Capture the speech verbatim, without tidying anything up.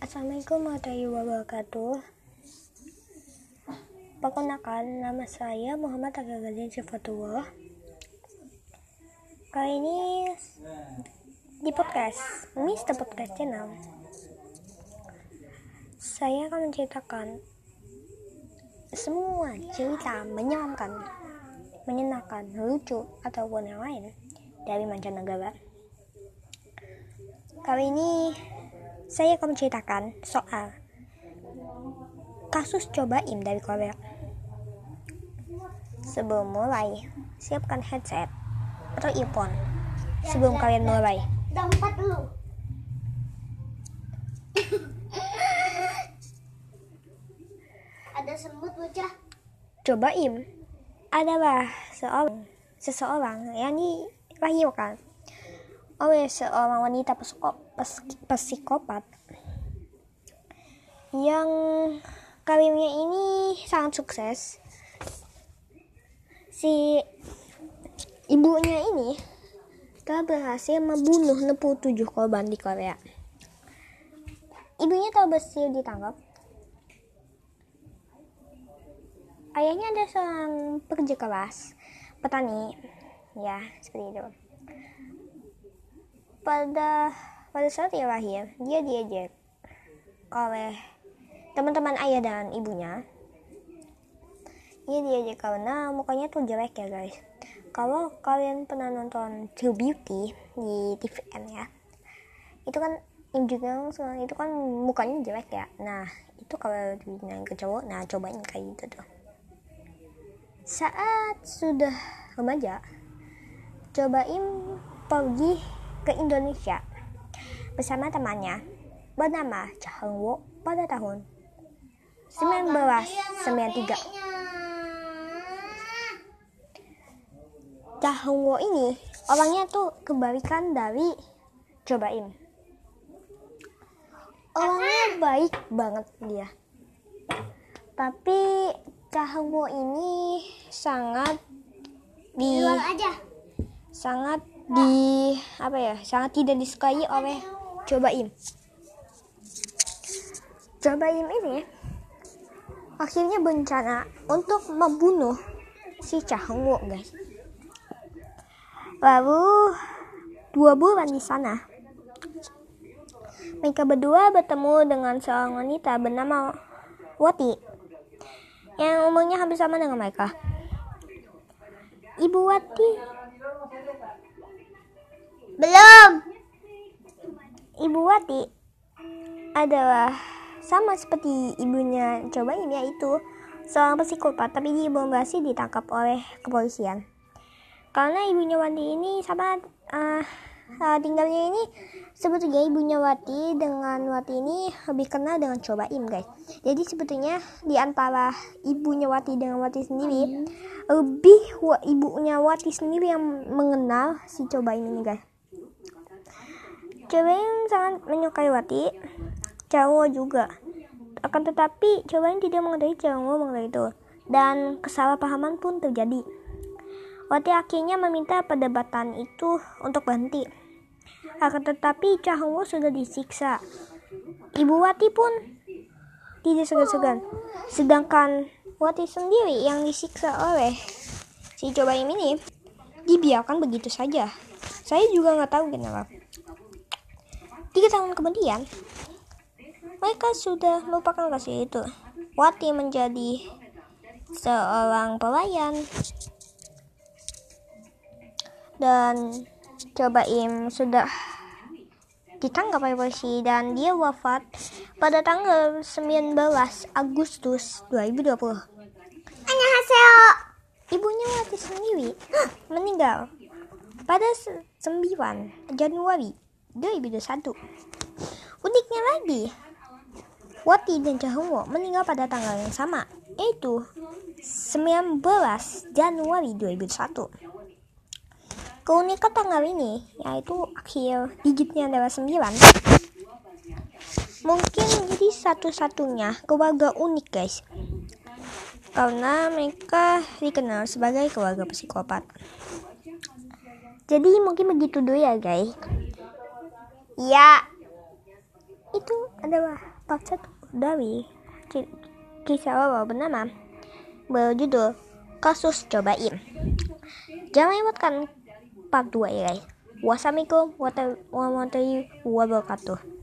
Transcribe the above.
Assalamualaikum warahmatullahi wabarakatuh. Perkenalkan, nama saya Muhammad Aghagadin Sifatullah. Kali ini di podcast Mister Podcast Channel, saya akan menceritakan semua cerita menyeramkan, menyenangkan, lucu, ataupun yang lain dari mancanegara. Kali ini saya akan menceritakan soal kasus cobain dari Korea. Sebelum mulai, siapkan headset atau earphone sebelum kalian mulai. Dampak dulu. Ada semut bocah. Cobain adalah seorang seseorang yang dilahirkan oleh seorang wanita psiko, pes, psikopat yang karirnya ini sangat sukses. Si ibunya ini telah berhasil membunuh enam puluh tujuh korban di Korea. Ibunya telah berhasil ditangkap. Ayahnya adalah seorang pekerja keras, petani, ya seperti itu. Pada pada saat ia lahir, dia diejek oleh teman-teman ayah dan ibunya. Ia diejek karena mukanya tuh jelek ya guys. Kalau kalian pernah nonton True Beauty di T V N ya, itu kan Im Joo Kyung itu kan mukanya jelek ya. Nah itu kalau dibilang ke cowok, nah cobain kayak gitu tuh. Saat sudah remaja, cobain pergi ke Indonesia bersama temannya bernama Cha Heung Woo pada tahun seribu sembilan ratus sembilan puluh tiga. Cha Heung Woo ini orangnya tuh kebalikan dari cobain. Orangnya baik banget dia. Tapi Cha Heung Woo ini sangat di aja. sangat di apa ya sangat tidak disukai oleh cobain. Cobain ini akhirnya berencana untuk membunuh si Cha Heung Woo guys. Lalu dua bulan di sana, mereka berdua bertemu dengan seorang wanita bernama Wati yang umurnya hampir sama dengan mereka. Ibu Wati Belum. Ibu Wati adalah sama seperti ibunya cobain, yaitu seorang psikopat, tapi dia belum berhasil ditangkap oleh kepolisian. Karena ibunya Wati ini sama uh, uh, tinggalnya ini sebetulnya ibunya Wati dengan Wati ini lebih kenal dengan cobain guys. Jadi sebetulnya di antara ibunya Wati dengan Wati sendiri, lebih wa, ibunya Wati sendiri yang mengenal si cobain ini guys. Cobain sangat menyukai Wati, Cha Heung Woo juga. Akan tetapi cobain tidak mengetahui Cha Heung Woo mengenai itu, dan kesalahpahaman pun terjadi. Wati akhirnya meminta perdebatan itu untuk berhenti. Akan tetapi Cha Heung Woo sudah disiksa. Ibu Wati pun tidak segan-segan. Sedangkan Wati sendiri yang disiksa oleh si cobain ini dibiarkan begitu saja. Saya juga nggak tahu kenapa. Tiga tahun kemudian, mereka sudah melupakan kasus itu. Wati menjadi seorang pelayan dan cobain sudah ditangkap oleh polisi dan dia wafat pada tanggal sembilan belas Agustus dua ribu dua puluh. Annyeonghaseyo. Ibunya Wati sendiri meninggal pada sembilan Januari dua ribu dua puluh satu. Uniknya lagi, Wati dan Cha Heung Woo meninggal pada tanggal yang sama, yaitu sembilan belas Januari dua ribu dua puluh satu. Keunikan tanggal ini, yaitu akhir digitnya adalah sembilan, mungkin menjadi satu-satunya keluarga unik guys, karena mereka dikenal sebagai keluarga psikopat. Jadi mungkin begitu dulu ya guys. Ya, Itu adalah part satu dari kisah horor bernama berjudul Kasus Cobain. Jangan lewatkan part dua ya guys. Wassalamualaikum warahmatullahi wabarakatuh.